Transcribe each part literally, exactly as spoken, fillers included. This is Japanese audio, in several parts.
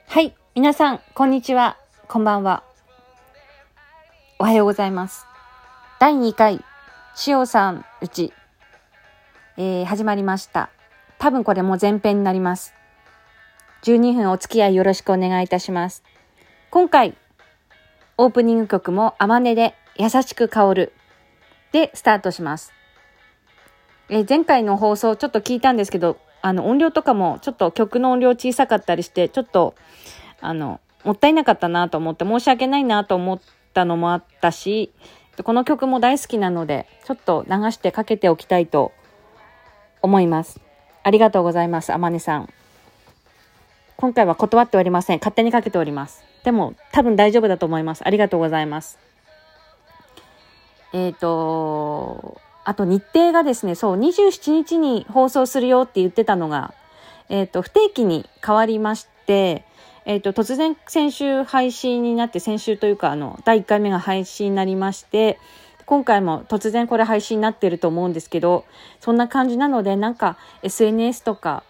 はい、皆さん、こんにちは。こんばんは。おはようございます。だいにかい、しおさんうち、えー、始まりました。多分これも前編になります。じゅうにふんお付き合いよろしくお願いいたします。今回、オープニング曲もあまねで優しく香るでスタートします。えー、前回の放送ちょっと聞いたんですけど、あの音量とかもちょっと曲の音量小さかったりして、ちょっとあのもったいなかったなと思って申し訳ないなと思ったのもあったし、この曲も大好きなのでちょっと流してかけておきたいと思います。ありがとうございます。あまねさん、今回は断っておりません。勝手にかけております。でも多分大丈夫だと思います。ありがとうございます。えっとあと日程がですね、そうにじゅうしちにちに放送するよって言ってたのが、えっと不定期に変わりまして、えっと突然先週配信になって、先週というかあのだいいっかいめが配信になりまして、今回も突然これ配信になってると思うんですけど、そんな感じなので、なんか エスエヌエス とか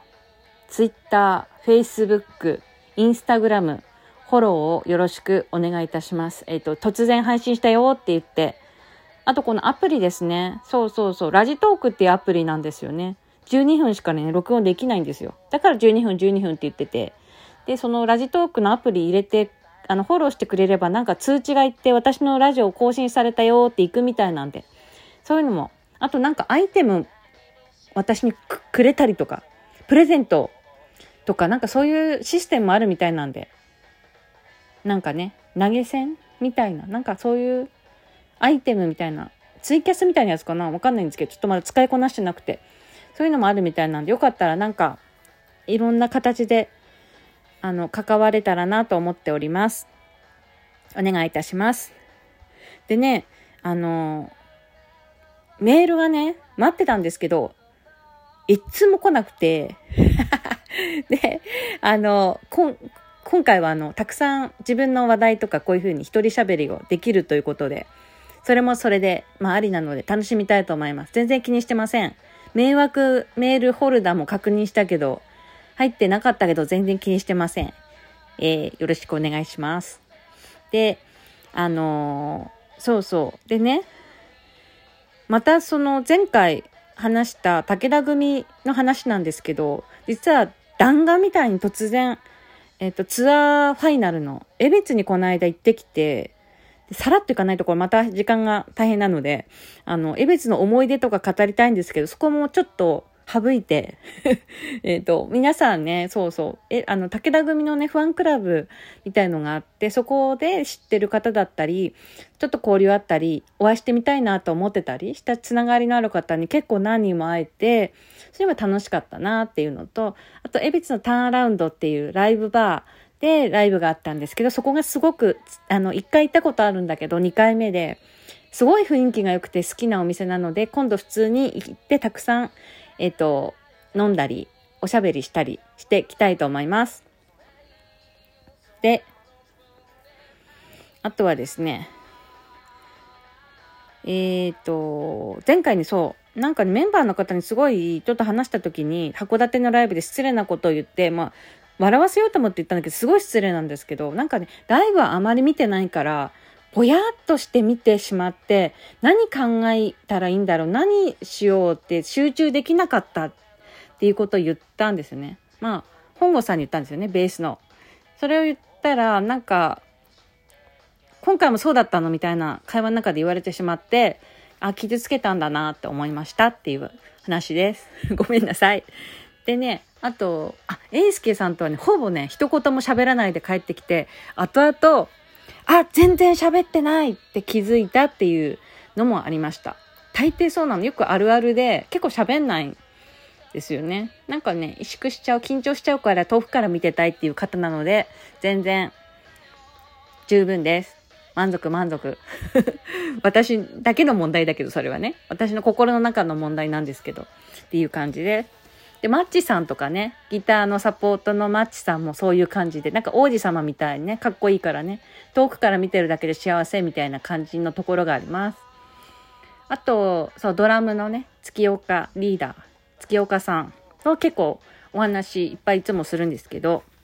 Twitter、Facebook、Instagram フォローをよろしくお願いいたします。えっと突然配信したよって言って、あとこのアプリですね。そうそうそう。ラジトークっていうアプリなんですよね。じゅうにふんしかね、録音できないんですよ。だからじゅうにふん、じゅうにふんって言ってて。で、そのラジトークのアプリ入れて、あの、フォローしてくれればなんか通知がいって、私のラジオ更新されたよって行くみたいなんで。そういうのも。あとなんかアイテム、私にくれたりとか、プレゼントとか、なんかそういうシステムもあるみたいなんで。なんかね、投げ銭みたいな。なんかそういうアイテムみたいな、ツイキャスみたいなやつかな、わかんないんですけど、ちょっとまだ使いこなしてなくて、そういうのもあるみたいなんで、よかったらなんかいろんな形であの関われたらなと思っております。お願いいたします。でね、あのメールがね待ってたんですけど、いつも来なくてで、あのこん今回はあのたくさん自分の話題とかこういう風に一人喋りをできるということで、それもそれで、まあありなので楽しみたいと思います。全然気にしてません。迷惑メールフォルダも確認したけど、入ってなかったけど全然気にしてません。えー、よろしくお願いします。で、あのー、そうそう。でね、またその前回話した武田組の話なんですけど、実は弾丸みたいに突然、えっと、ツアーファイナルの江別にこの間行ってきて、さらっといかないところまた時間が大変なので、あの、江別の思い出とか語りたいんですけど、そこもちょっと省いて、えっと、皆さんね、そうそう、え、あの、武田組のね、ファンクラブみたいのがあって、そこで知ってる方だったり、ちょっと交流あったり、お会いしてみたいなと思ってたりしたつながりのある方に結構何人も会えて、それは楽しかったなっていうのと、あと、江別のターンアラウンドっていうライブバー、でライブがあったんですけど、そこがすごくあのいっかい行ったことあるんだけど、にかいめですごい雰囲気が良くて好きなお店なので、今度普通に行ってたくさんえっと飲んだりおしゃべりしたりしていきたいと思います。で、あとはですね、えっと前回にそうなんか、ね、メンバーの方にすごいちょっと話した時に、函館のライブで失礼なことを言って、まあ笑わせようと思って言ったんだけど、すごい失礼なんですけど、なんかね、ライブはあまり見てないから、ぼやっとして見てしまって、何考えたらいいんだろう、何しようって集中できなかったっていうことを言ったんですよね。まあ、本郷さんに言ったんですよね、ベースの。それを言ったら、なんか、今回もそうだったのみたいな会話の中で言われてしまって、あ、傷つけたんだなって思いましたっていう話です。ごめんなさい。でね、あと、あ、エイスケさんとはね、ほぼね、一言も喋らないで帰ってきて、後々、あ、全然喋ってないって気づいたっていうのもありました。大抵そうなの。よくあるあるで、結構喋んないんですよね。なんかね、萎縮しちゃう、緊張しちゃうから遠くから見てたいっていう方なので、全然、十分です。満足満足。私だけの問題だけど、それはね。私の心の中の問題なんですけど、っていう感じです。で、マッチさんとかね、ギターのサポートのマッチさんもそういう感じで、なんか王子様みたいにね、かっこいいからね、遠くから見てるだけで幸せみたいな感じのところがあります。あと、そう、ドラムのね、月岡リーダー、月岡さんと結構お話いっぱいいつもするんですけど、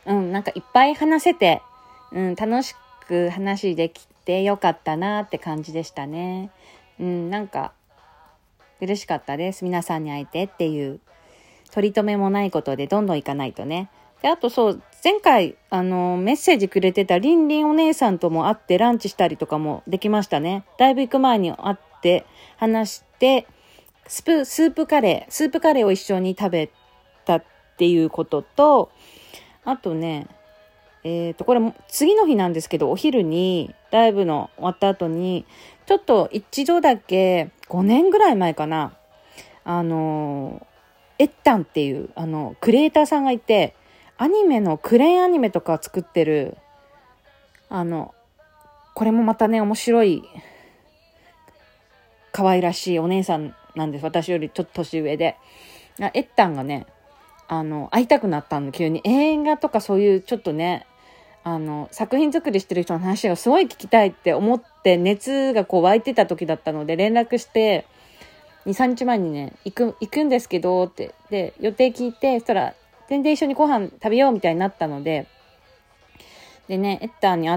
うん、なんかいっぱい話せて、うん、楽しく話できてよかったなって感じでしたね。うん、なんか嬉しかったです。皆さんに会えてっていう、取り留めもないことでどんどん行かないとね。で、あとそう、前回、あの、メッセージくれてたりんりんお姉さんとも会ってランチしたりとかもできましたね。だいぶ行く前に会って話して、スプ、スープカレー、スープカレーを一緒に食べたっていうことと、あとね、えっと、これも次の日なんですけど、お昼に、ライブの終わった後に、ちょっと一度だけ、ごねんぐらい前かな、あの、エッタンっていう、あの、クリエイターさんがいて、アニメのクレーンアニメとか作ってる、あの、これもまたね、面白い、可愛らしいお姉さんなんです。私よりちょっと年上で。エッタンがね、あの、会いたくなったの、急に。映画とかそういうちょっとね、あの、作品作りしてる人の話がすごい聞きたいって思って、熱がこう湧いてた時だったので、連絡して、に、さんにちまえにね、行く、行くんですけど、って。で、予定聞いて、そしたら、全然一緒にご飯食べようみたいになったので、でね、エッターに会って、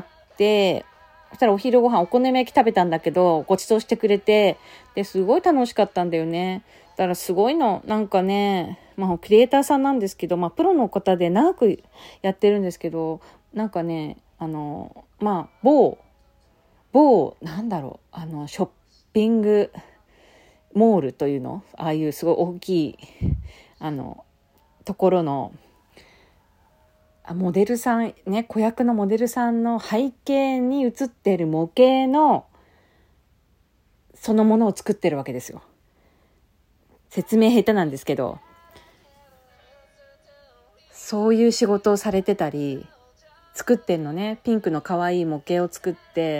そしたらお昼ご飯お好み焼き食べたんだけど、ご馳走してくれて、で、すごい楽しかったんだよね。だからすごいの、なんかね、まあ、クリエイターさんなんですけど、まあ、プロの方で長くやってるんですけど、なんかね、あの、まあ、某、某、なんだろう、あの、ショッピングモールというの、ああいうすごい大きい、あの、ところの、モデルさん、ね、子役のモデルさんの背景に映っている模型の、そのものを作ってるわけですよ。説明下手なんですけど、そういう仕事をされてたり、作ってんのね。ピンクの可愛い模型を作って、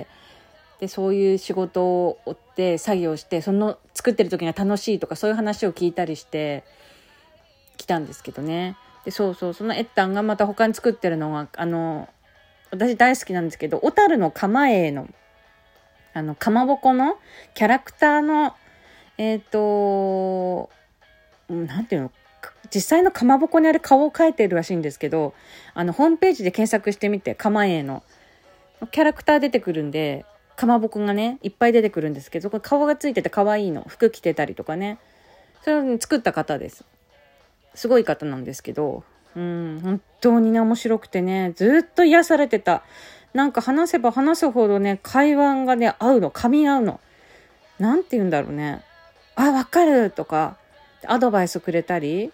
で、そういう仕事を追って作業して、その作ってる時が楽しいとかそういう話を聞いたりしてきたんですけどね。で、そうそう、そのエッタンがまた他に作ってるのが、あの、私大好きなんですけど、小樽の釜絵の、あの、かまぼこのキャラクターの、えっと、なんていうの、実際のかまぼこにあれ顔を描いてるらしいんですけど、あの、ホームページで検索してみて、釜絵のキャラクター出てくるんで、かまぼこがね、いっぱい出てくるんですけど、これ顔がついてて可愛いの。服着てたりとかね。それを作った方です。すごい方なんですけど、うん、本当にね、面白くてね、ずっと癒されてた。なんか話せば話すほどね、会話がね、合うの、噛み合うの。なんて言うんだろうね。あ、わかるとか、アドバイスくれたり。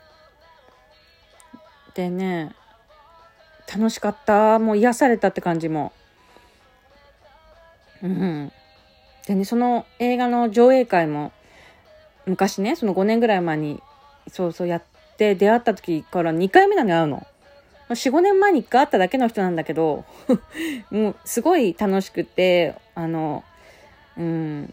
でね、楽しかった。もう癒されたって感じも。うん。でね、その映画の上映会も、昔ね、そのごねんぐらい前に、そうそうやって出会った時からにかいめなのに会うの。よん、ごねんまえにいっかい会っただけの人なんだけど、もうすごい楽しくて、あの、うん、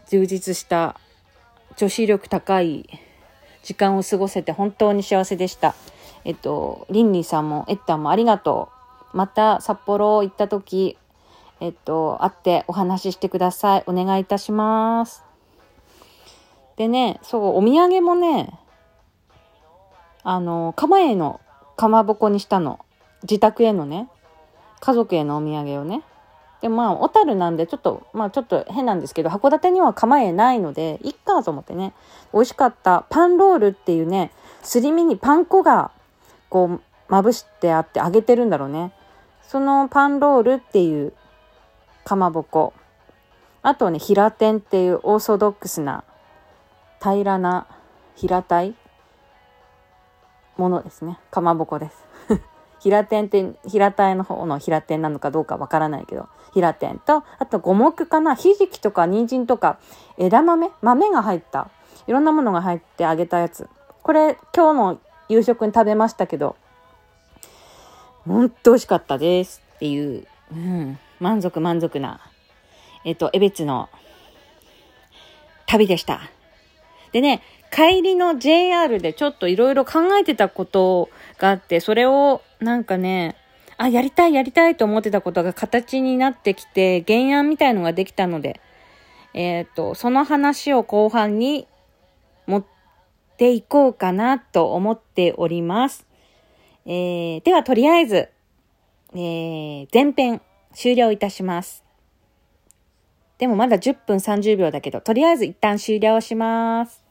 充実した女子力高い時間を過ごせて本当に幸せでした。えっと、リンリンさんもエッタンもありがとう。また札幌行った時、えっと、会ってお話ししてください。お願いいたします。でね、そう、お土産もね、あの、釜へのかまぼこにしたの。自宅へのね、家族へのお土産をね。で、まあ、小樽なんで、ちょっと、まあ、ちょっと変なんですけど、函館には釜へないので、いっかと思ってね、美味しかったパンロールっていうね、すり身にパン粉が、こう、まぶしてあって揚げてるんだろうね。そのパンロールっていうかまぼこ。あとね、平天っていうオーソドックスな平らな平たいものですね。かまぼこです。平天って平たいの方の平天なのかどうかわからないけど、平天と、あと五目かな、ひじきとか人参とか枝豆豆が入ったいろんなものが入って揚げたやつ。これ今日の夕食に食べましたけど、ほんと美味しかったですっていう、うん、満足満足なえっと江別の旅でした。でね、帰りの ジェイアール でちょっといろいろ考えてたことがあって、それをなんかね、あ、やりたいやりたいと思ってたことが形になってきて、原案みたいのができたので、えっと、その話を後半に持っていこうかなと思っております。えー、ではとりあえず、 えー、前編終了いたします。でもまだじゅっぷんさんじゅうびょうだけど、とりあえず一旦終了します。